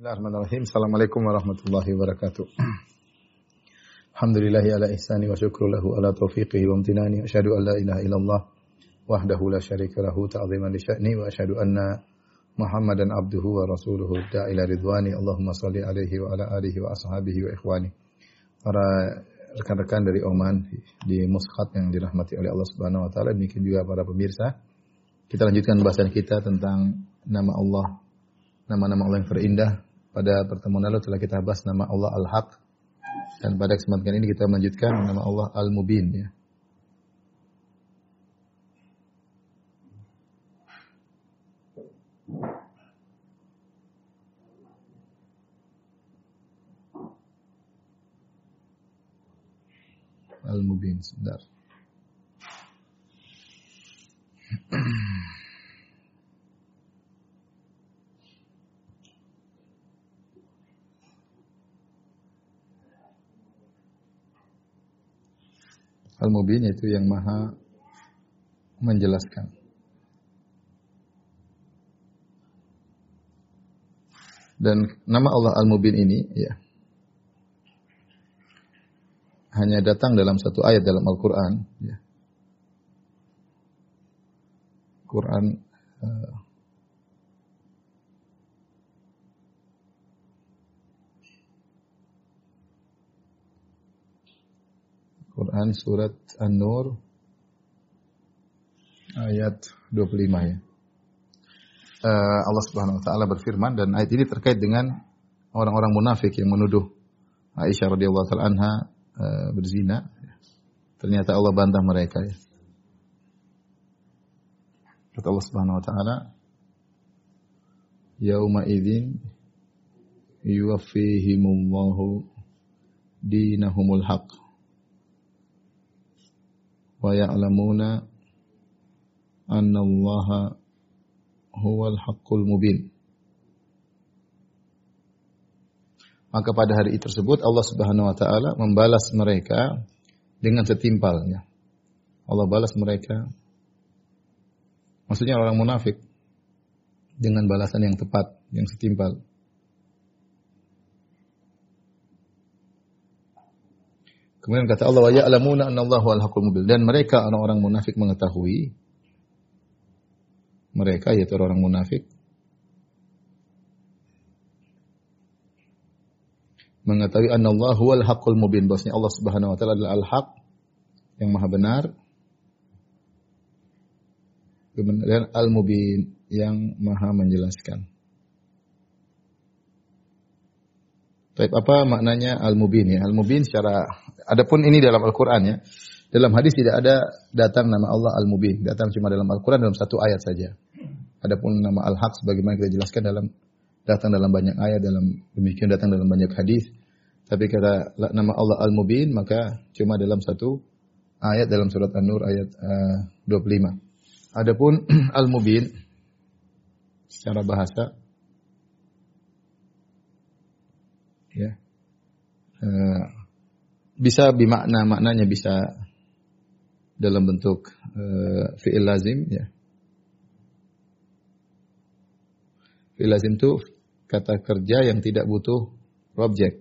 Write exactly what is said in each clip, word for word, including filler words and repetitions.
Bismillahirrahmanirrahim. Assalamualaikum warahmatullahi wabarakatuh. Alhamdulillahi ala ihsani wa syukru lahu ala taufiqihi wa amtinani. Asyhadu an la ilaha illallah wahdahu la syarika lahu ta'ziman li sya'ni wa asyhadu anna Muhammadan abduhu wa rasuluhu da'ila ridwani. Allahumma shalli alaihi wa ala alihi wa ashabihi wa ikhwani. Para rekan-rekan dari Oman di Muscat yang dirahmati oleh Allah Subhanahu wa taala, demikian juga para pemirsa. Kita lanjutkan bahasan kita tentang nama Allah, nama-nama Allah yang terindah. Pada pertemuan lalu telah kita bahas nama Allah Al-Haq, dan pada kesempatan ini kita melanjutkan nama Allah Al-Mubin, ya. Al-Mubin, sebentar. Al-Mubin yaitu yang maha menjelaskan. Dan nama Allah Al-Mubin ini ya hanya datang dalam satu ayat dalam Al-Quran. Ya. Quran uh, Quran surat An-Nur ayat dua puluh lima, ya. Uh, Allah Subhanahu wa taala berfirman, dan ayat ini terkait dengan orang-orang munafik yang menuduh Aisyah radhiyallahu taala anha uh, berzina. Ternyata Allah bantah mereka, ya. Kata Allah Subhanahu wa taala, "Yauma idzin yuwaffihimullahu dinahumul haqq wa ya'lamuna anna Allaha huwal haqqul mubin." Maka pada hari tersebut Allah Subhanahu wa taala membalas mereka dengan setimpalnya. Allah balas mereka, maksudnya orang munafik, dengan balasan yang tepat, yang setimpal. Kemudian kata Allah, wa ya'lamuna anna Allahu al-haqqul mubin, dan mereka orang-orang munafik mengetahui, mereka yaitu orang munafik mengetahui anna Allahu al-haqqul mubin, bahwasanya Allah Subhanahu wa taala adalah al-haq, yang maha benar, dan al-mubin, yang maha menjelaskan. Baik, apa maknanya al-mubin, ya? Al-mubin secara, adapun ini dalam Al-Qur'an, ya. Dalam hadis tidak ada datang nama Allah Al-Mubin, datang cuma dalam Al-Qur'an dalam satu ayat saja. Adapun nama Al-Haq sebagaimana kita jelaskan dalam datang dalam banyak ayat, dalam demikian datang dalam banyak hadis. Tapi kata nama Allah Al-Mubin maka cuma dalam satu ayat dalam surat An-Nur ayat uh, dua puluh lima. Adapun Al-Mubin secara bahasa, ya, uh, bisa bimakna, maknanya bisa dalam bentuk uh, fi'il lazim, ya. Fi'il lazim itu kata kerja yang tidak butuh objek.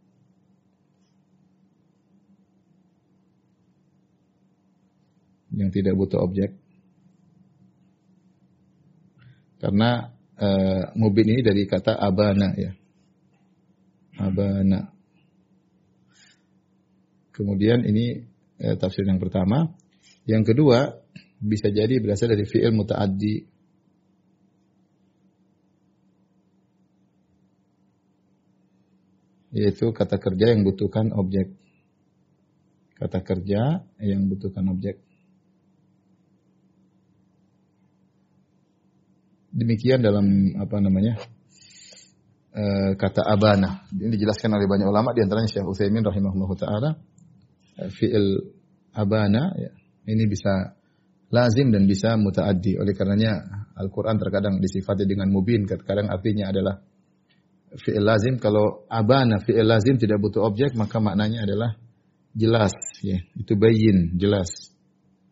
Yang tidak butuh objek. Karena uh, mubin ini dari kata abana, ya. Abana. Kemudian ini eh, tafsir yang pertama. Yang kedua, bisa jadi berasal dari fi'il muta'addi. Yaitu kata kerja yang butuhkan objek. Kata kerja yang butuhkan objek. Demikian dalam apa namanya? Eh, kata abana. Ini dijelaskan oleh banyak ulama, di antaranya Syekh Utsaimin rahimahullahu taala. Fi'il abana, ya, ini bisa lazim dan bisa muta'addi. Oleh karenanya Al-Quran terkadang disifati dengan mubin, kadang artinya adalah fi'il lazim. Kalau abana fi'il lazim tidak butuh objek, maka maknanya adalah jelas, ya. Itu bayin, jelas.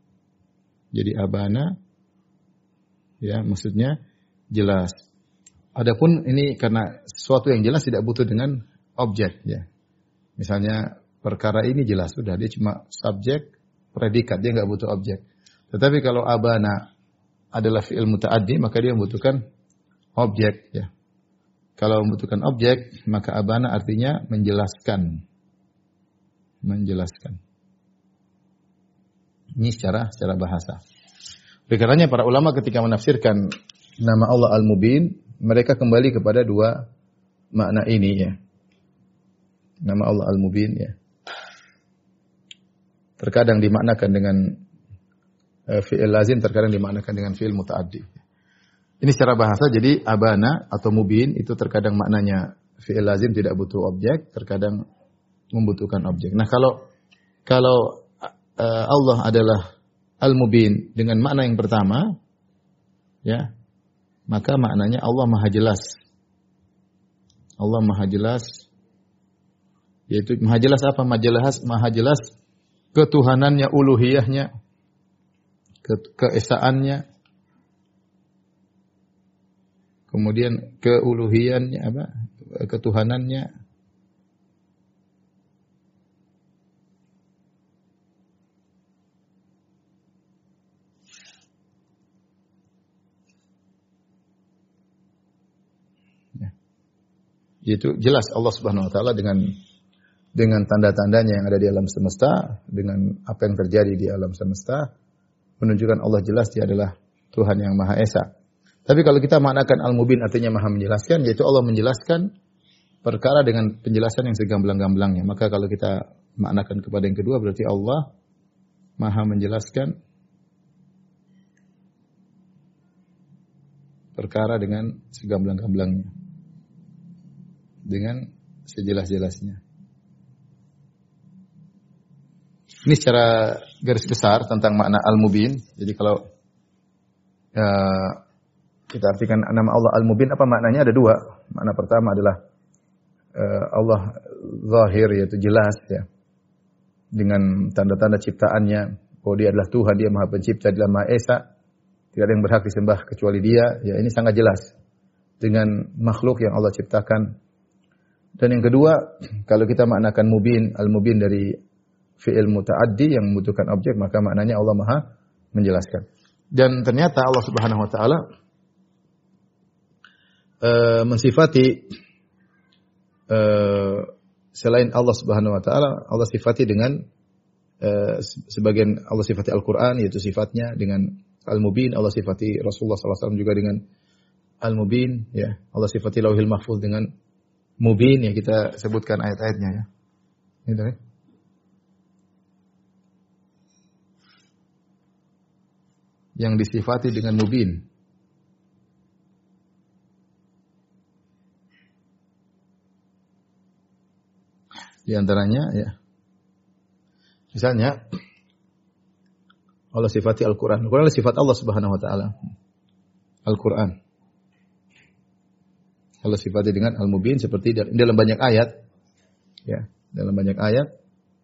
Jadi abana, ya, maksudnya jelas. adapun ini karena sesuatu yang jelas tidak butuh dengan objek ya. Misalnya perkara ini jelas sudah dia cuma subjek, predikat, dia nggak butuh objek. Tetapi kalau abana adalah fi'il muta'addi maka dia membutuhkan objek ya. Kalau membutuhkan objek maka abana artinya menjelaskan. Menjelaskan. Ini secara secara bahasa. Oleh karenanya para ulama ketika menafsirkan nama Allah Al-Mubin, mereka kembali kepada dua makna ini ya. Nama Allah Al-Mubin ya. Terkadang dimaknakan dengan uh, fi'il lazim, terkadang dimaknakan dengan fi'il muta'addi. Ini secara bahasa, jadi abana atau mubin itu terkadang maknanya fi'il lazim tidak butuh objek, terkadang membutuhkan objek. Nah kalau kalau uh, Allah adalah Al-Mubin dengan makna yang pertama, ya, maka maknanya Allah Maha Jelas. Allah Maha Jelas, yaitu Maha Jelas apa? Maha Jelas, Maha Jelas ketuhanannya, uluhiyahnya, ke keesaannya, kemudian keuluhiyannya apa? Ketuhanannya. Itu jelas Allah Subhanahu wa taala dengan dengan tanda-tandanya yang ada di alam semesta, dengan apa yang terjadi di alam semesta menunjukkan Allah jelas dia adalah Tuhan yang Maha Esa. Tapi kalau kita maknakan Al-Mubin artinya Maha menjelaskan, yaitu Allah menjelaskan perkara dengan penjelasan yang segamblang-gamblangnya. Maka kalau kita maknakan kepada yang kedua berarti Allah Maha menjelaskan perkara dengan segamblang-gamblangnya, dengan sejelas-jelasnya. Ini secara garis besar tentang makna Al-Mubin. Jadi kalau uh, kita artikan nama Allah Al-Mubin, apa maknanya? Ada dua. Makna pertama adalah uh, Allah zahir, yaitu jelas ya, dengan tanda-tanda ciptaannya, bahwa dia adalah Tuhan, dia Maha Pencipta, dia Maha Esa, tidak ada yang berhak disembah kecuali dia. Ya, ini sangat jelas dengan makhluk yang Allah ciptakan. Dan yang kedua, kalau kita maknakan mubin, al-mubin dari fi'il muta'addi yang membutuhkan objek, maka maknanya Allah Maha menjelaskan. Dan ternyata Allah Subhanahu wa taala uh, mensifati uh, selain Allah Subhanahu wa taala, Allah sifati dengan uh, sebagian Allah sifati Al-Qur'an, yaitu sifatnya dengan al-mubin, Allah sifati Rasulullah sallallahu alaihi wasallam juga dengan al-mubin, ya. Allah sifati Lauhil Mahfuz dengan mubin, ya, kita sebutkan ayat-ayatnya ya. Ini tadi. Yang disifati dengan mubin. Di antaranya ya. Misalnya Allah sifati Al-Qur'an. Al-Qur'an adalah sifat Allah Subhanahu wa taala. Al-Qur'an. Allah sifati dengan al-mubin seperti dalam banyak ayat. Ya, dalam banyak ayat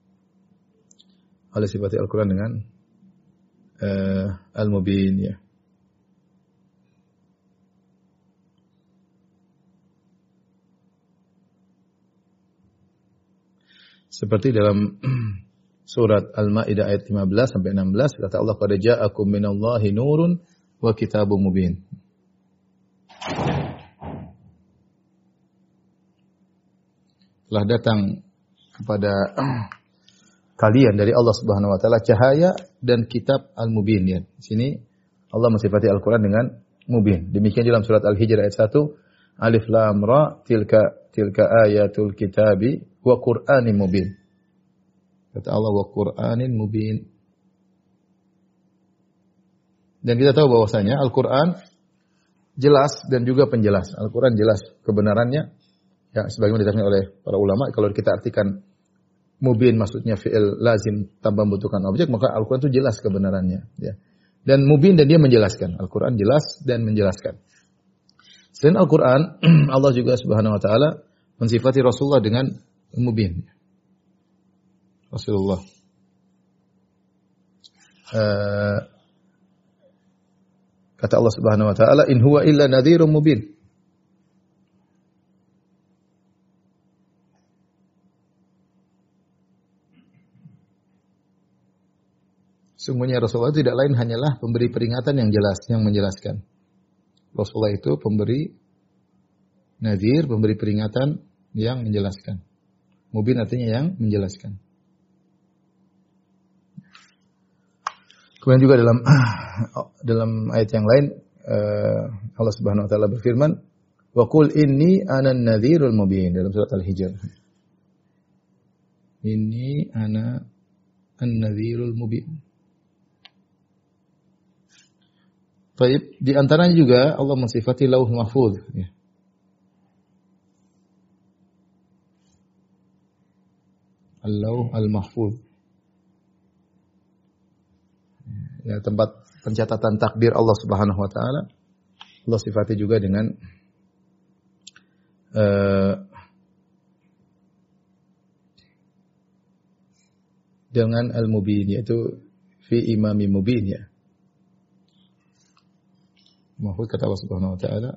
Allah sifati Al-Qur'an dengan uh, al-mubin ya. Seperti dalam surat Al-Maidah ayat lima belas sampai enam belas, kata Allah, qad ja'akum minallahi nurun wa kitabun mubin. Telah datang kepada kalian dari Allah Subhanahu wa taala cahaya dan kitab Al-Mubin ya. Di sini Allah mensifati Al-Qur'an dengan mubin. Demikian dalam surat Al-Hijr ayat satu, Alif Lam Ra tilka tilka ayatul kitabi wa Qur'anin mubin. Kata Allah wa Qur'anin mubin. Dan kita tahu bahwasanya Al-Qur'an jelas dan juga penjelas. Al-Qur'an jelas kebenarannya. Ya, sebagaimana diterangkan oleh para ulama, kalau kita artikan mubin maksudnya fi'il lazim tanpa membutuhkan objek, maka Al-Qur'an itu jelas kebenarannya, ya. Dan mubin dan dia menjelaskan. Al-Qur'an jelas dan menjelaskan. Selain Al-Qur'an, Allah juga Subhanahu wa taala mensifati Rasulullah dengan mubin. Rasulullah. Uh, kata Allah Subhanahu wa taala, "In huwa illa nadhirun mubin." Sungguhnya Rasulullah tidak lain hanyalah pemberi peringatan yang jelas, yang menjelaskan. Rasulullah itu pemberi nadhir, pemberi peringatan yang menjelaskan. Mubin artinya yang menjelaskan. Kemudian juga dalam dalam ayat yang lain Allah Subhanahu wa taala berfirman, "Wa qul inni ana an-nadhirul mubin" dalam surat Al-Hijr. Inni ana an-nadhirul mubin. Baik, di antaranya juga Allah mensifati Lauh Mahfuz, ya. Al-Lauh Al-Mahfuz. Ya, tempat pencatatan takdir Allah Subhanahu wa taala. Allah sifati juga dengan uh, dengan Al-Mubin, yaitu fi imami mubin, ya. Mahfuz kata Allah Subhanahu wa taala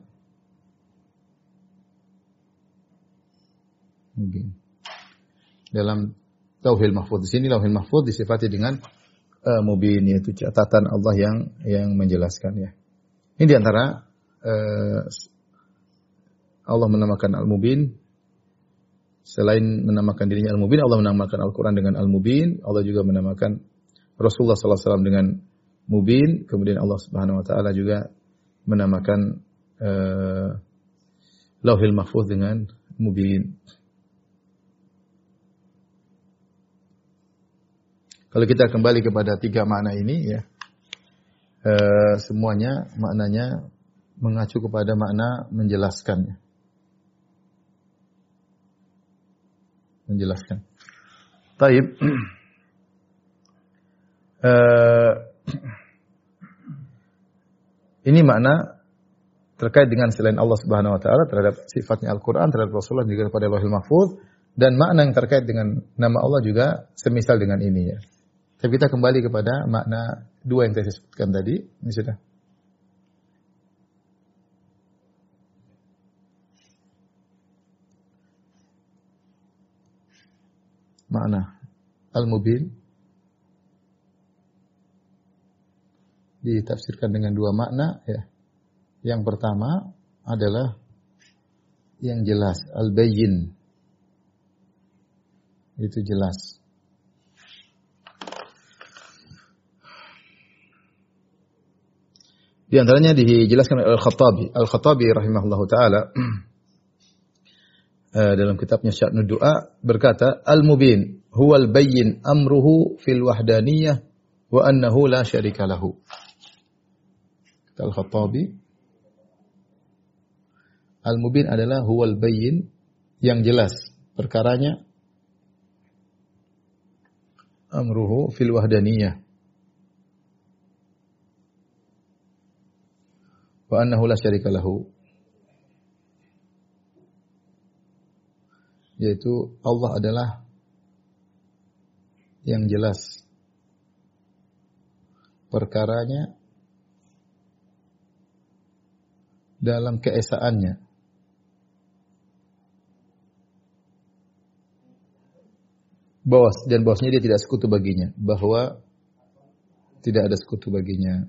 mubin. Dalam Lauhil Mahfuz, di sini Lauhil Mahfuz disifati dengan uh, mubin, yaitu catatan Allah yang yang menjelaskan, ya. Ini di antara uh, Allah menamakan Al-Mubin. Selain menamakan dirinya Al-Mubin, Allah menamakan Al-Qur'an dengan Al-Mubin. Allah juga menamakan Rasulullah sallallahu alaihi wasallam dengan Mubin. Kemudian Allah Subhanahu wa taala juga menamakan uh, Lauhil Mahfuz dengan Mubin. Kalau kita kembali kepada tiga makna ini, ya, uh, semuanya maknanya mengacu kepada makna menjelaskan, ya. Menjelaskan. Taib. uh, Ini makna terkait dengan selain Allah Subhanahu wa taala terhadap sifatnya Al-Qur'an, terhadap Rasulullah juga kepada Lauhul Mahfuz, dan makna yang terkait dengan nama Allah juga semisal dengan ini, ya. Tapi kita kembali kepada makna dua yang saya sebutkan tadi. Ini sudah. Makna Al-Mubin ditafsirkan dengan dua makna, ya. Yang pertama adalah yang jelas, al-bayyin. Itu jelas. Di antaranya dijelaskan oleh Al-Khattabi. Al-Khattabi rahimahullahu taala dalam kitabnya Sya'nud Du'a berkata, "Al-Mubin huwal bayyin amruhu fil wahdaniyah wa annahu la syarika lahu." Al-Khattabi, Al-Mubin adalah huwal bayyin, yang jelas perkaranya, amruhu fil wahdaniyah wa annahu la syarika lahu, yaitu Allah adalah yang jelas perkaranya dalam keesaannya, bahwa dan bahwasanya dia tidak sekutu baginya, bahwa tidak ada sekutu baginya.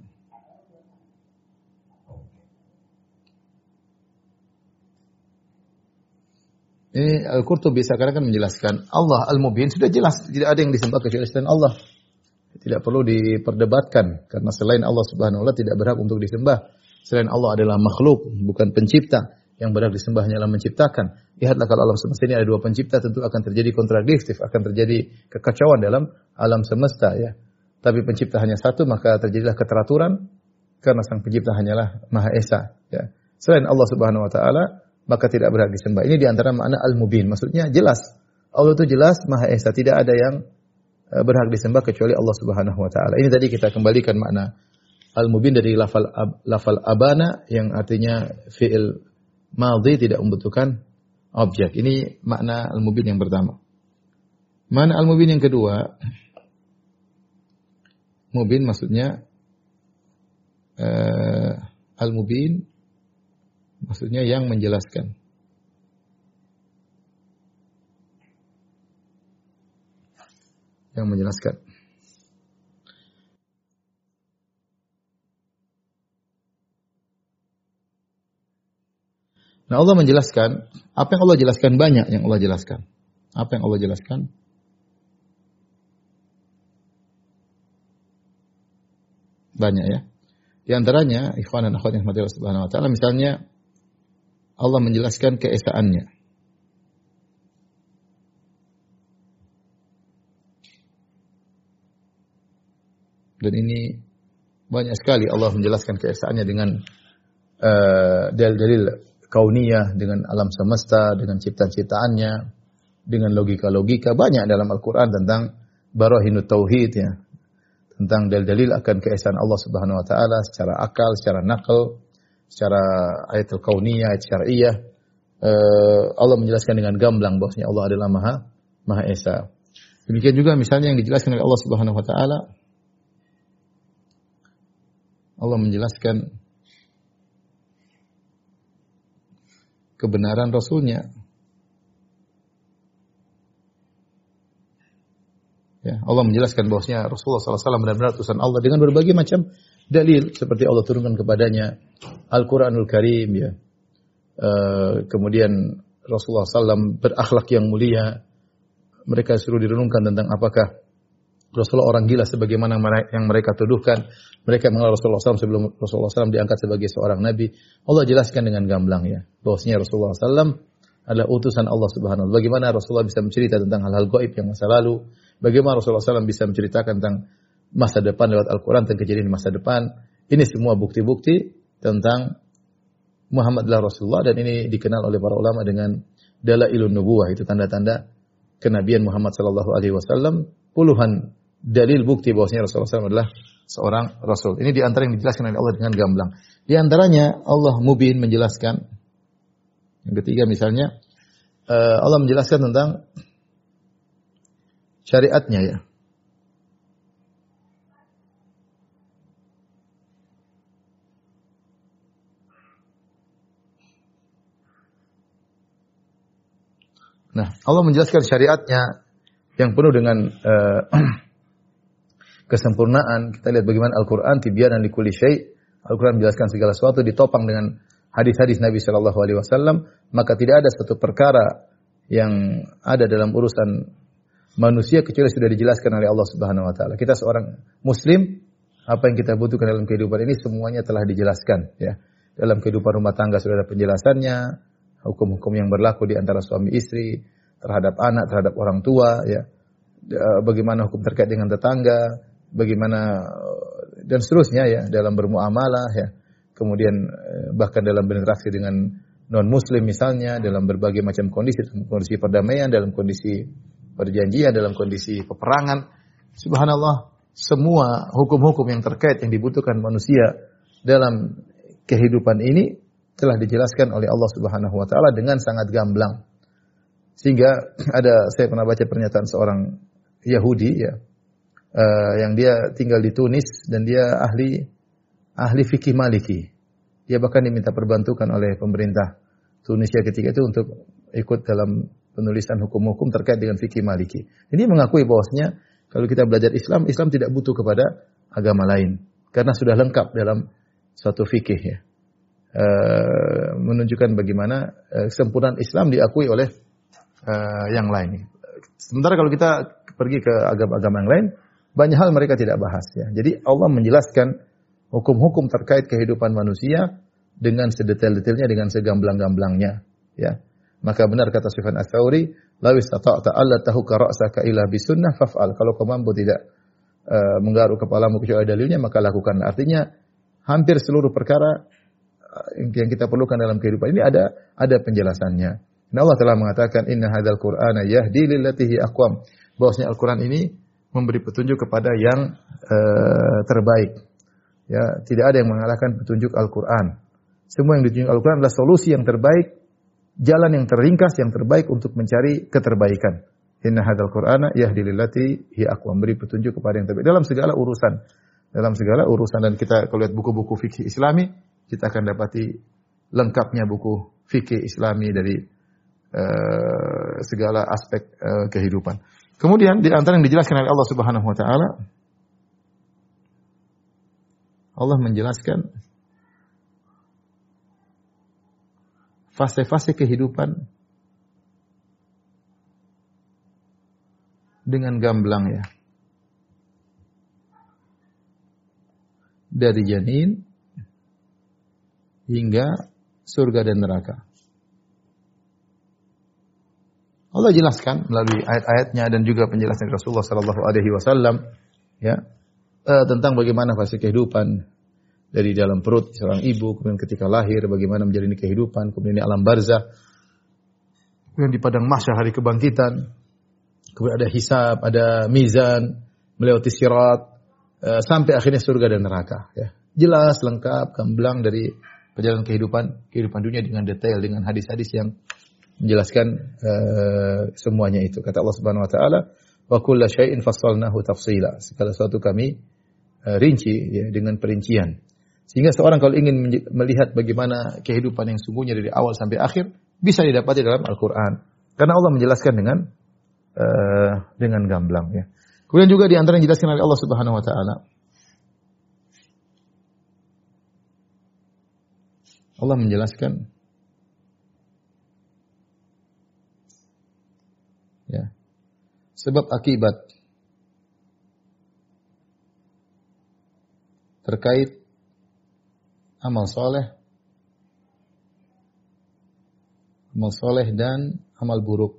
Ini Al-Qurtubi seakan-akan menjelaskan Allah Al-Mubin sudah jelas, tidak ada yang disembah kecuali selain Allah. Tidak perlu diperdebatkan karena selain Allah Subhanahu wa taala tidak berhak untuk disembah. Selain Allah adalah makhluk, bukan pencipta. Yang berhak disembah hanyalah menciptakan. Lihatlah kalau alam semesta ini ada dua pencipta, tentu akan terjadi kontradiktif, akan terjadi kekacauan dalam alam semesta, ya. Tapi pencipta hanya satu, maka terjadilah keteraturan karena sang pencipta hanyalah Maha Esa, ya. Selain Allah Subhanahu wa taala, maka tidak berhak disembah. Ini di antara makna Al-Mubin. Maksudnya jelas. Allah itu jelas Maha Esa, tidak ada yang berhak disembah kecuali Allah Subhanahu wa taala. Ini tadi kita kembalikan makna Al-Mubin dari lafal ab, lafal abana yang artinya fi'il madhi, tidak membutuhkan objek. Ini makna Al-Mubin yang pertama. Makna Al-Mubin yang kedua, Mubin maksudnya uh, Al-Mubin maksudnya yang menjelaskan. Yang menjelaskan. Nah, Allah menjelaskan, apa yang Allah jelaskan banyak yang Allah jelaskan. Apa yang Allah jelaskan? Banyak ya. Di antaranya, ikhwan dan akhwat yang dirahmati Allah Subhanahu wa taala, misalnya Allah menjelaskan keesaannya. Dan ini banyak sekali Allah menjelaskan keesaannya dengan uh, dalil-dalil kauniyah, dengan alam semesta, dengan ciptaan-ciptaannya, dengan logika-logika. Banyak dalam Al-Quran tentang barahinut tauhid ya. Tentang dalil-dalil akan keesaan Allah Subhanahu wa taala secara akal, secara nakal, secara ayatul kauniyah, ayat syar'iyah. Uh, Allah menjelaskan dengan gamblang bahwasanya Allah adalah Maha Maha Esa. Demikian juga misalnya yang dijelaskan oleh Allah Subhanahu wa taala, Allah menjelaskan kebenaran Rasulnya. Ya, Allah menjelaskan bahwasanya Rasulullah sallallahu alaihi wasallam benar-benar utusan Allah dengan berbagai macam dalil seperti Allah turunkan kepadanya Al-Quranul Karim ya. Uh, kemudian Rasulullah sallallahu alaihi wasallam berakhlak yang mulia. Mereka suruh direnungkan tentang apakah Rasulullah orang gila sebagaimana yang mereka tuduhkan. Mereka mengenal Rasulullah sallallahu alaihi wasallam sebelum Rasulullah sallallahu alaihi wasallam diangkat sebagai seorang nabi. Allah jelaskan dengan gamblang ya, bahwasanya Rasulullah sallallahu alaihi wasallam adalah utusan Allah Subhanahu wa taala. Bagaimana Rasulullah bisa mencerita tentang hal-hal gaib yang masa lalu, bagaimana Rasulullah sallallahu alaihi wasallam bisa menceritakan tentang masa depan lewat Al-Quran dan kejadian masa depan. Ini semua bukti-bukti tentang Muhammad adalah Rasulullah, dan ini dikenal oleh para ulama dengan dalailun nubuwah, itu tanda-tanda kenabian Muhammad sallallahu alaihi wasallam. Puluhan dalil bukti bahwasanya Rasulullah sallallahu alaihi wasallam adalah seorang rasul. Ini di antara yang dijelaskan oleh Allah dengan gamblang. Di antaranya Allah mubin menjelaskan. Yang ketiga misalnya Allah menjelaskan tentang syariatnya ya. Nah, Allah menjelaskan syariatnya yang penuh dengan uh, kesempurnaan. Kita lihat bagaimana Al-Quran tibyanan likulli syai'. Al-Quran menjelaskan segala sesuatu, ditopang dengan hadis-hadis Nabi Shallallahu Alaihi Wasallam. Maka tidak ada satu perkara yang ada dalam urusan manusia kecuali sudah dijelaskan oleh Allah Subhanahu Wa Taala. Kita seorang Muslim, apa yang kita butuhkan dalam kehidupan ini semuanya telah dijelaskan. Ya, dalam kehidupan rumah tangga sudah ada penjelasannya. Hukum-hukum yang berlaku di antara suami istri, terhadap anak, terhadap orang tua, ya. Bagaimana hukum terkait dengan tetangga, bagaimana dan seterusnya ya dalam bermuamalah ya. Kemudian bahkan dalam berinteraksi dengan non muslim misalnya, dalam berbagai macam kondisi, kondisi perdamaian, dalam kondisi perjanjian, dalam kondisi peperangan. Subhanallah, semua hukum-hukum yang terkait yang dibutuhkan manusia dalam kehidupan ini telah dijelaskan oleh Allah Subhanahu wa taala dengan sangat gamblang. Sehingga ada, saya pernah baca pernyataan seorang Yahudi ya, uh, yang dia tinggal di Tunis dan dia ahli ahli fikih Maliki. Dia bahkan diminta perbantukan oleh pemerintah Tunisia ketika itu untuk ikut dalam penulisan hukum-hukum terkait dengan fikih Maliki. Ini mengakui bahwasanya kalau kita belajar Islam, Islam tidak butuh kepada agama lain karena sudah lengkap dalam suatu fikih ya. Uh, menunjukkan bagaimana uh, kesempurnaan Islam diakui oleh uh, yang lain. Sementara kalau kita pergi ke agama-agama yang lain, banyak hal mereka tidak bahas ya. Jadi Allah menjelaskan hukum-hukum terkait kehidupan manusia dengan sedetail-detailnya, dengan segamblang-gamblangnya ya. Maka benar kata Sufyan Ats-Tsauri, "La istata'ta alla tahuka ra'saka illa bisunnah faf'al." Kalau kau mampu tidak uh, menggaruk kepalamu kecuali dalilnya, maka lakukan. Artinya hampir seluruh perkara yang kita perlukan dalam kehidupan ini ada ada penjelasannya. Dan Allah telah mengatakan inna hadzal qur'ana yahdi lillati hi aqwam. Bahwasanya Al-Qur'an ini memberi petunjuk kepada yang uh, terbaik. Ya, tidak ada yang mengalahkan petunjuk Al-Qur'an. Semua yang ditunjuk Al-Qur'an adalah solusi yang terbaik, jalan yang terringkas yang terbaik untuk mencari keterbaikan. Inna hadzal qur'ana yahdi lillati hi aqwam, memberi petunjuk kepada yang terbaik dalam segala urusan. Dalam segala urusan, dan kita kalau lihat buku-buku fikih Islami, kita akan dapati lengkapnya buku fikih Islami dari uh, segala aspek uh, kehidupan. Kemudian di antara yang dijelaskan oleh Allah Subhanahu wa taala, Allah menjelaskan fase-fase kehidupan dengan gamblang ya. Dari janin hingga surga dan neraka. Allah jelaskan melalui ayat-ayatnya dan juga penjelasan Rasulullah sallallahu alaihi wasallam ya uh, tentang bagaimana fase kehidupan dari dalam perut seorang ibu, kemudian ketika lahir bagaimana menjalani kehidupan, kemudian di alam barzakh, kemudian di padang mahsyar hari kebangkitan, kemudian ada hisab, ada mizan, melewati sirat, uh, sampai akhirnya surga dan neraka ya. Jelas lengkap gamblang dari perjalanan kehidupan kehidupan dunia dengan detail dengan hadis-hadis yang menjelaskan uh, semuanya itu. Kata Allah Subhanahu wa taala, "Wa kullu syai'in fassalnahu tafsila." Segala sesuatu kami uh, rinci ya dengan perincian. Sehingga seorang kalau ingin melihat bagaimana kehidupan yang sungguhnya dari awal sampai akhir bisa didapati dalam Al-Qur'an. Karena Allah menjelaskan dengan uh, dengan gamblang ya. Kemudian juga di antara yang dijelaskan oleh Allah Subhanahu wa taala, Allah menjelaskan ya, sebab akibat terkait amal soleh, amal soleh dan amal buruk.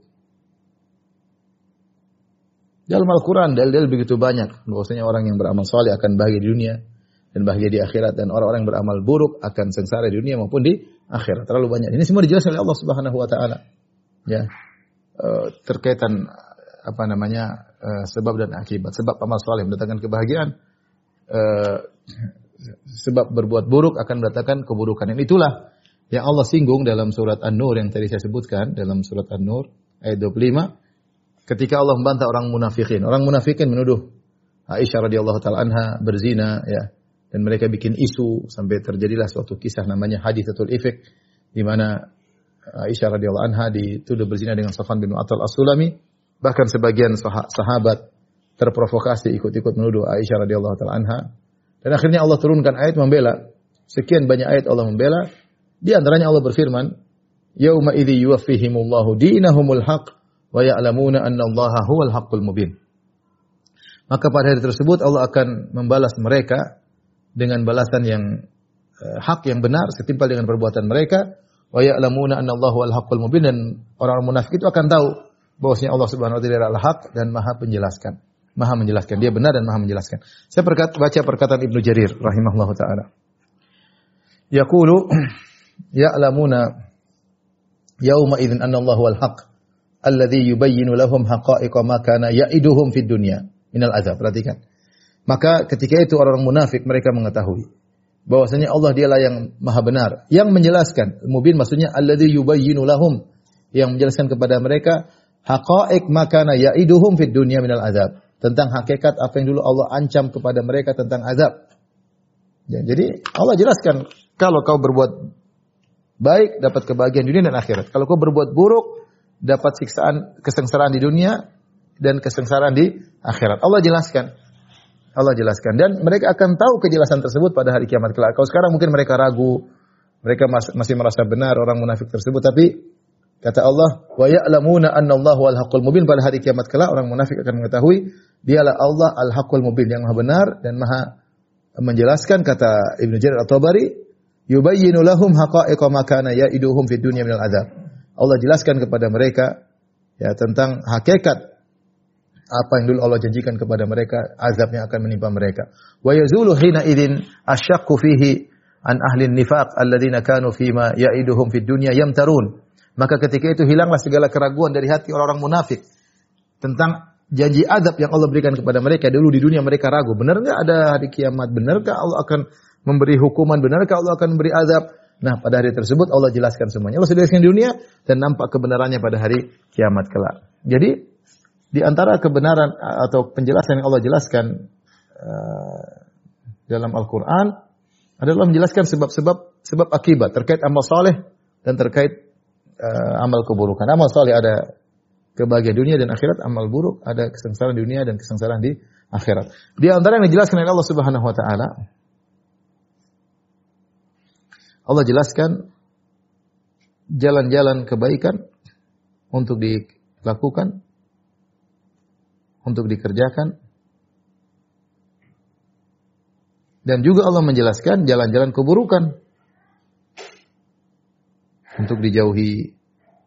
Dalam Al-Quran dalil-dalil begitu banyak bahwasanya orang yang beramal soleh akan bahagia di dunia dan bahagia di akhirat, dan orang-orang yang beramal buruk akan sengsara di dunia maupun di akhirat. Terlalu banyak. Ini semua dijelaskan oleh Allah Subhanahu wa taala. Ya. Uh, terkaitan apa namanya uh, sebab dan akibat. Sebab amal saleh mendatangkan kebahagiaan, uh, sebab berbuat buruk akan mendatangkan keburukan. Dan itulah yang Allah singgung dalam surat An-Nur yang tadi saya sebutkan, dalam surat An-Nur ayat dua puluh lima, ketika Allah membantah orang munafikin. Orang munafikin menuduh Aisyah radhiyallahu taala anha berzina ya, dan mereka bikin isu sampai terjadilah suatu kisah namanya Haditsatul Ifk, di mana Aisyah radhiyallahu anha dituduh berzina dengan Safwan bin Mu'attal As-Sulami. Bahkan sebagian sahabat terprovokasi ikut-ikut menuduh Aisyah radhiyallahu taala anha. Dan akhirnya Allah turunkan ayat membela. Sekian banyak ayat Allah membela. Di antaranya Allah berfirman, "Yauma idzi yuwaffihimullahu dinahumul haqq wa ya'lamuna annallaha huwal haqqul mubin." Maka pada hari tersebut Allah akan membalas mereka dengan balasan yang uh, hak yang benar setimpal dengan perbuatan mereka. Wa ya'lamuna annallaha wal haqqul mubin, dan orang-orang munafik itu akan tahu bahwasanya Allah Subhanahu wa taala adalah hak dan Maha penjelaskan. Maha menjelaskan, dia benar dan Maha menjelaskan. Saya berkat, baca perkataan Ibnu Jarir rahimahullahu taala. Yaqulu ya'lamuna yauma idzin annallaha wal haqq alladzi yubayyinu lahum haqa'iqa ma kana ya'iduhum fid dunya minal azab. Perhatikan. Maka ketika itu orang munafik mereka mengetahui bahwasanya Allah dialah yang maha benar, yang menjelaskan. Mubin maksudnya alladzi yubayyinu lahum, yang menjelaskan kepada mereka haqa'iq ma kana ya'iduhum fid dunya minal azab, tentang hakikat apa yang dulu Allah ancam kepada mereka tentang azab. Ya, jadi Allah jelaskan, kalau kau berbuat baik dapat kebahagiaan dunia dan akhirat. Kalau kau berbuat buruk dapat siksaan, kesengsaraan di dunia dan kesengsaraan di akhirat. Allah jelaskan. Allah jelaskan, dan mereka akan tahu kejelasan tersebut pada hari kiamat kelak. Kalau sekarang mungkin mereka ragu, mereka masih merasa benar orang munafik tersebut, tapi kata Allah, wa ya'lamuna annallaha wal haqqul mubin, pada hari kiamat kelak orang munafik akan mengetahui dialah Allah al-haqqul mubin, yang maha benar dan maha menjelaskan. Kata Ibnu Jarir At-Tabari, yubayyinu lahum haqa'iqa ma kana ya'iduhum fid dunya minal azab. Allah jelaskan kepada mereka ya tentang hakikat apa yang dulu Allah janjikan kepada mereka, azab yang akan menimpa mereka. Wa yazulu hina idzin asyaqqu fihi an ahli nifaq alladziina kanu fima ya'iduhum fid dunya yamtarun. Maka ketika itu hilanglah segala keraguan dari hati orang-orang munafik tentang janji azab yang Allah berikan kepada mereka. Dulu di dunia mereka ragu, benar enggak ada hari kiamat? Benarkah Allah akan memberi hukuman? Benarkah Allah akan memberi azab? Nah, pada hari tersebut Allah jelaskan semuanya. Allah sudah jelaskan di dunia dan nampak kebenarannya pada hari kiamat kelak. Jadi di antara kebenaran atau penjelasan yang Allah jelaskan uh, dalam Al-Quran adalah menjelaskan sebab-sebab sebab akibat terkait amal saleh dan terkait uh, amal keburukan. Amal saleh ada kebahagiaan dunia dan akhirat, amal buruk ada kesengsaraan dunia dan kesengsaraan di akhirat. Di antara yang dijelaskan oleh Allah Subhanahu wa taala, Allah jelaskan jalan-jalan kebaikan untuk dilakukan, untuk dikerjakan. Dan juga Allah menjelaskan jalan-jalan keburukan untuk dijauhi.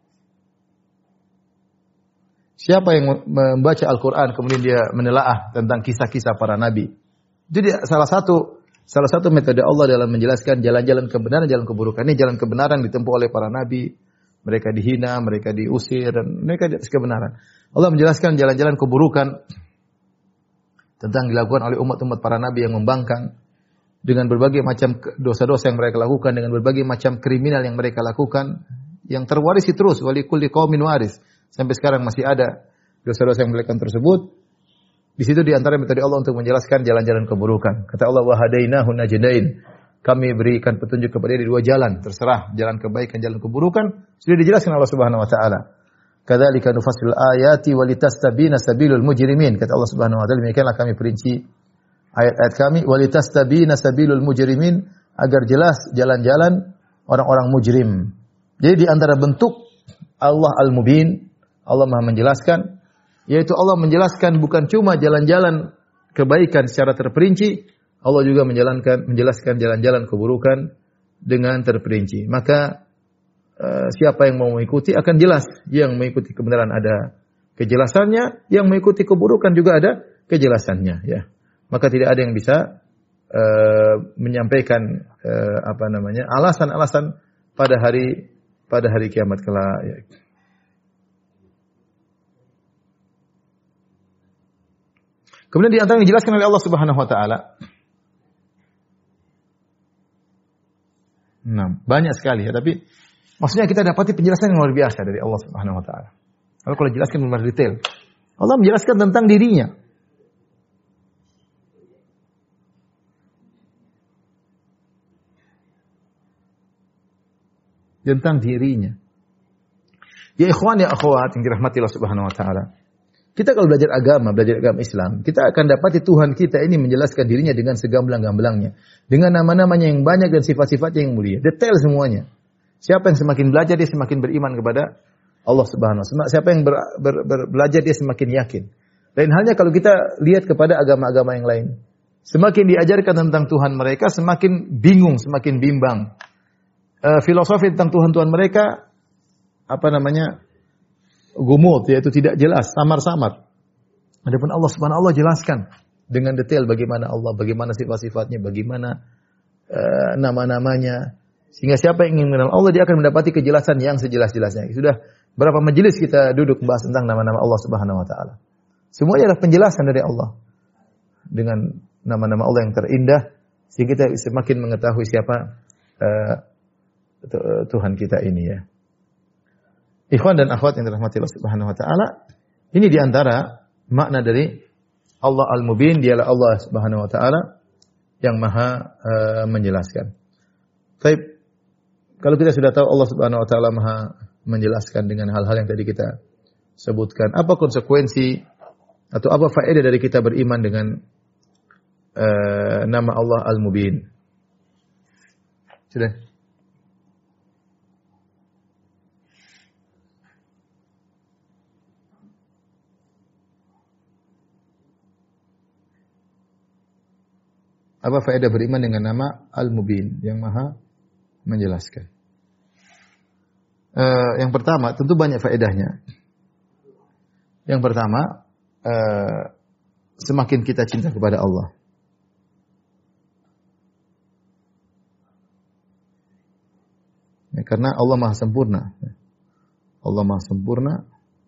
Siapa yang membaca Al-Quran kemudian dia menelaah tentang kisah-kisah para nabi. Jadi salah satu salah satu metode Allah dalam menjelaskan jalan-jalan kebenaran, jalan keburukan. Ini jalan kebenaran ditempuh oleh para nabi. Mereka dihina, mereka diusir, dan mereka di atas kebenaran. Allah menjelaskan jalan-jalan keburukan tentang dilakukan oleh umat-umat para nabi yang membangkang dengan berbagai macam dosa-dosa yang mereka lakukan, dengan berbagai macam kriminal yang mereka lakukan, yang terwarisi terus, wali kulli qaumin waris. Sampai sekarang masih ada dosa-dosa yang mereka tersebut. Di situ di antara metode Allah untuk menjelaskan jalan-jalan keburukan. Kata Allah, wa hadainahu najdain. Kami berikan petunjuk kepada dia di dua jalan, terserah jalan kebaikan, jalan keburukan. Sudah dijelaskan Allah Subhanahu wa taala. Kadzalika nufassilul ayati walitastabina sabilul mujrimin. Kata Allah Subhanahu wa taala, demikianlah kami perinci ayat-ayat kami, walitastabina sabilul mujrimin, agar jelas jalan-jalan orang-orang mujrim. Jadi di antara bentuk Allah Al-Mubin, Allah Maha menjelaskan, yaitu Allah menjelaskan bukan cuma jalan-jalan kebaikan secara terperinci, Allah juga menjalankan menjelaskan jalan-jalan keburukan dengan terperinci. Maka uh, siapa yang mau mengikuti akan jelas. Yang mengikuti kebenaran ada kejelasannya, yang mengikuti keburukan juga ada kejelasannya, ya. Maka tidak ada yang bisa uh, menyampaikan uh, apa namanya alasan-alasan pada hari pada hari kiamat kelak, ya. Kemudian di antara yang dijelaskan oleh Allah Subhanahu wa taala, nah, banyak sekali ya, tapi maksudnya kita dapati penjelasan yang luar biasa dari Allah Subhanahu wa taala. Kalau kalau jelaskan benar detail, Allah menjelaskan tentang dirinya. Tentang dirinya. Ya ikhwan ya akhwat yang dirahmati Allah Subhanahu wa taala. Kita kalau belajar agama, belajar agama Islam, kita akan dapati Tuhan kita ini menjelaskan dirinya dengan segamblang-gamblangnya. Dengan nama-namanya yang banyak dan sifat-sifatnya yang mulia. Detail semuanya. Siapa yang semakin belajar, dia semakin beriman kepada Allah Subhanahu wa taala. Siapa yang ber, ber, ber, belajar, dia semakin yakin. Lain halnya kalau kita lihat kepada agama-agama yang lain. Semakin diajarkan tentang Tuhan mereka, semakin bingung, semakin bimbang. Uh, filosofi tentang Tuhan-Tuhan mereka, apa namanya, gumut, yaitu tidak jelas, samar-samar. Adapun Allah Subhanahu wa taala jelaskan dengan detail bagaimana Allah, bagaimana sifat-sifatnya, bagaimana uh, nama-namanya. Sehingga siapa yang ingin mengenal Allah, dia akan mendapati kejelasan yang sejelas-jelasnya. Sudah berapa majelis kita duduk membahas tentang nama-nama Allah Subhanahu wa taala. Semuanya adalah penjelasan dari Allah. Dengan nama-nama Allah yang terindah, sehingga kita semakin mengetahui siapa uh, Tuhan kita ini, ya. Ikhwan dan akhwat yang dirahmati Allah Subhanahu wa taala, ini di antara makna dari Allah Al-Mubin, dialah Allah Subhanahu wa taala yang Maha uh, menjelaskan. Baik, kalau kita sudah tahu Allah Subhanahu wa taala Maha menjelaskan dengan hal-hal yang tadi kita sebutkan, apa konsekuensi atau apa faedah dari kita beriman dengan uh, nama Allah Al-Mubin? Sudah? Apa faedah beriman dengan nama Al-Mubin, yang Maha menjelaskan? Uh, yang pertama, tentu banyak faedahnya. Yang pertama, uh, semakin kita cinta kepada Allah. Ya, karena Allah Maha sempurna. Allah Maha sempurna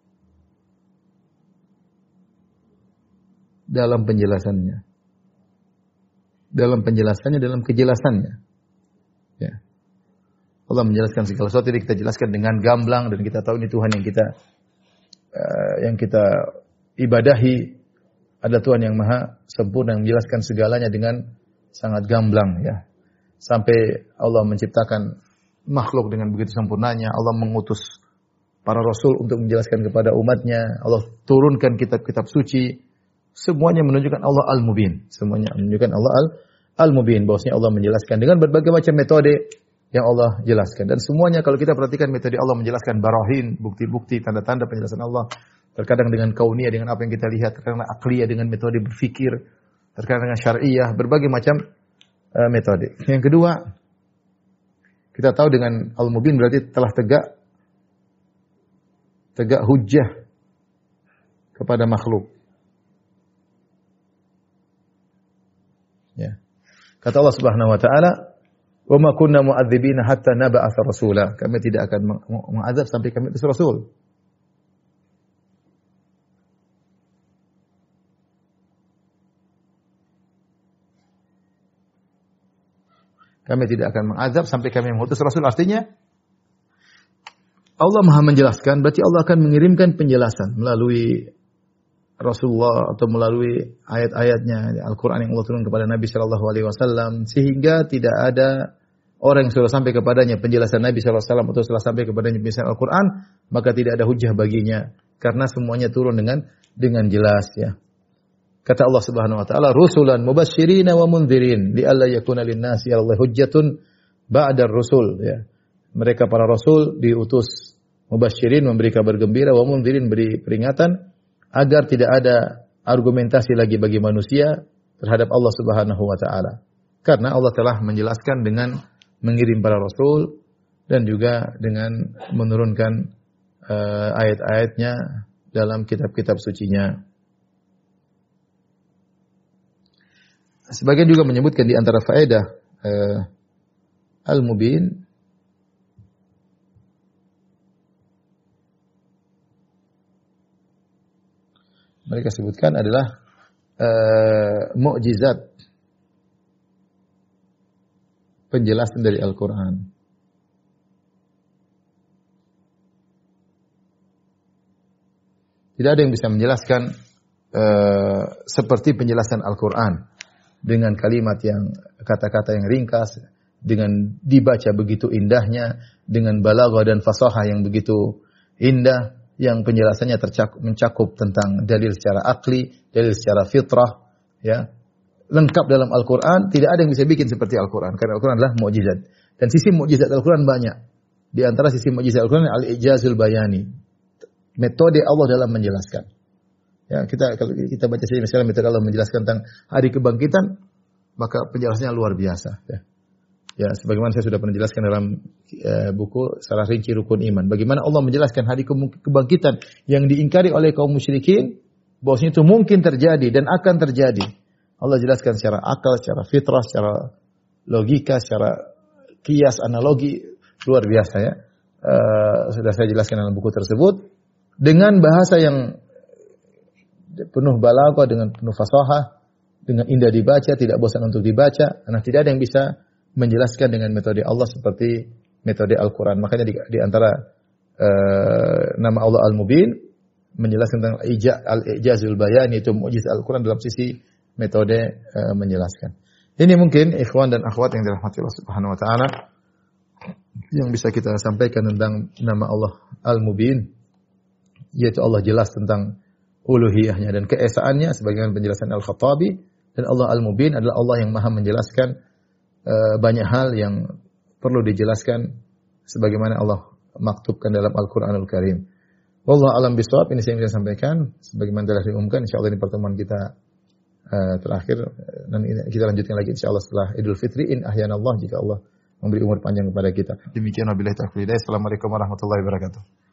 dalam penjelasannya. Dalam penjelasannya, dalam kejelasannya. Ya. Allah menjelaskan segala sesuatu, kita jelaskan dengan gamblang, dan kita tahu ini Tuhan yang kita uh, yang kita ibadahi. Ada Tuhan yang Maha sempurna, yang menjelaskan segalanya dengan sangat gamblang, ya. Sampai Allah menciptakan makhluk dengan begitu sempurnanya. Allah mengutus para rasul untuk menjelaskan kepada umatnya. Allah turunkan kitab-kitab suci. Semuanya menunjukkan Allah Al-Mubin. Semuanya menunjukkan Allah Al- Al-Mubin. Bahwasanya Allah menjelaskan dengan berbagai macam metode. yang Allah jelaskan. Dan semuanya kalau kita perhatikan metode Allah menjelaskan barahin, bukti-bukti, tanda-tanda penjelasan Allah. Terkadang dengan kauniyah, dengan apa yang kita lihat. Terkadang akliyah, dengan metode berfikir. Terkadang dengan syariah, berbagai macam uh, metode. Yang kedua, kita tahu dengan Al-Mubin berarti telah tegak tegak hujjah kepada makhluk. Ya. Kata Allah Subhanahu wa taala, "Wa ma kunna mu'adzibina hatta nab'atsa rasula." Kami tidak akan mengazab sampai kami utus rasul. Kami tidak akan mengazab sampai kami mengutus rasul. Artinya Allah Maha menjelaskan, berarti Allah akan mengirimkan penjelasan melalui Rasulullah atau melalui ayat-ayatnya Al-Quran yang Allah turun kepada Nabi Shallallahu Alaihi Wasallam, sehingga tidak ada orang yang sudah sampai kepadanya penjelasan Nabi Shallallahu Alaihi Wasallam atau sudah sampai kepadanya penjelasan Al-Quran, maka tidak ada hujah baginya karena semuanya turun dengan dengan jelas. Ya, kata Allah Subhanahu Wa Taala, rusulan mubashirina wa mundhirin li alla yakuna lin-nasi 'ala Allahi hujjatun ba'da ar-rusul. Ya, mereka para rasul diutus mubashirin, memberi kabar gembira, wa mundhirin, beri peringatan, agar tidak ada argumentasi lagi bagi manusia terhadap Allah Subhanahu wa taala. Karena Allah telah menjelaskan dengan mengirim para rasul dan juga dengan menurunkan uh, ayat-ayatnya dalam kitab-kitab sucinya. Sebagian juga menyebutkan di antara faedah uh, Al-Mubin, mereka sebutkan adalah uh, mukjizat penjelasan dari Al-Quran. Tidak ada yang bisa menjelaskan uh, seperti penjelasan Al-Quran dengan kalimat yang kata-kata yang ringkas, dengan dibaca begitu indahnya, dengan balaghah dan fasahah yang begitu indah, yang penjelasannya tercakup, mencakup tentang dalil secara akli, dalil secara fitrah, ya, lengkap dalam Al-Quran. Tidak ada yang bisa bikin seperti Al-Quran, karena Al-Quran adalah mukjizat. Dan sisi mukjizat Al-Quran banyak. Di antara sisi mukjizat Al-Quran, al-ijazul bayani, metode Allah dalam menjelaskan. Ya, kita kalau kita baca saja misalnya metode Allah menjelaskan tentang hari kebangkitan, maka penjelasannya luar biasa. Ya. Ya, sebagaimana saya sudah pernah jelaskan dalam uh, buku Salah Rinci Rukun Iman. Bagaimana Allah menjelaskan hari kebangkitan yang diingkari oleh kaum musyrikin, bahwasanya itu mungkin terjadi dan akan terjadi. Allah jelaskan secara akal, secara fitrah, secara logika, secara kias, analogi, luar biasa ya. Uh, sudah saya jelaskan dalam buku tersebut dengan bahasa yang penuh balaghah, dengan penuh fasahah, dengan indah dibaca, tidak bosan untuk dibaca. Karena tidak ada yang bisa menjelaskan dengan metode Allah seperti metode Al-Quran. Makanya di, di antara uh, nama Allah Al-Mubin menjelaskan tentang al-ijazul bayan, itu mukjizat Al-Quran dalam sisi metode uh, menjelaskan. Ini mungkin ikhwan dan akhwat yang dirahmati Allah Subhanahu wa taala yang bisa kita sampaikan tentang nama Allah Al-Mubin, yaitu Allah jelas tentang uluhiyahnya dan keesaannya sebagaimana penjelasan Al-Khattabi, dan Allah Al-Mubin adalah Allah yang Maha menjelaskan Uh, banyak hal yang perlu dijelaskan sebagaimana Allah maktubkan dalam Al-Quranul Karim. Wallahu a'lam bishawab. Ini saya ingin sampaikan sebagaimana telah diumumkan. Insyaallah ini pertemuan kita uh, terakhir, dan kita lanjutkan lagi insyaallah setelah Idul Fitri, in ahyanallah, jika Allah memberi umur panjang kepada kita. Demikian wabillahi taufiq. Assalamualaikum warahmatullahi wabarakatuh.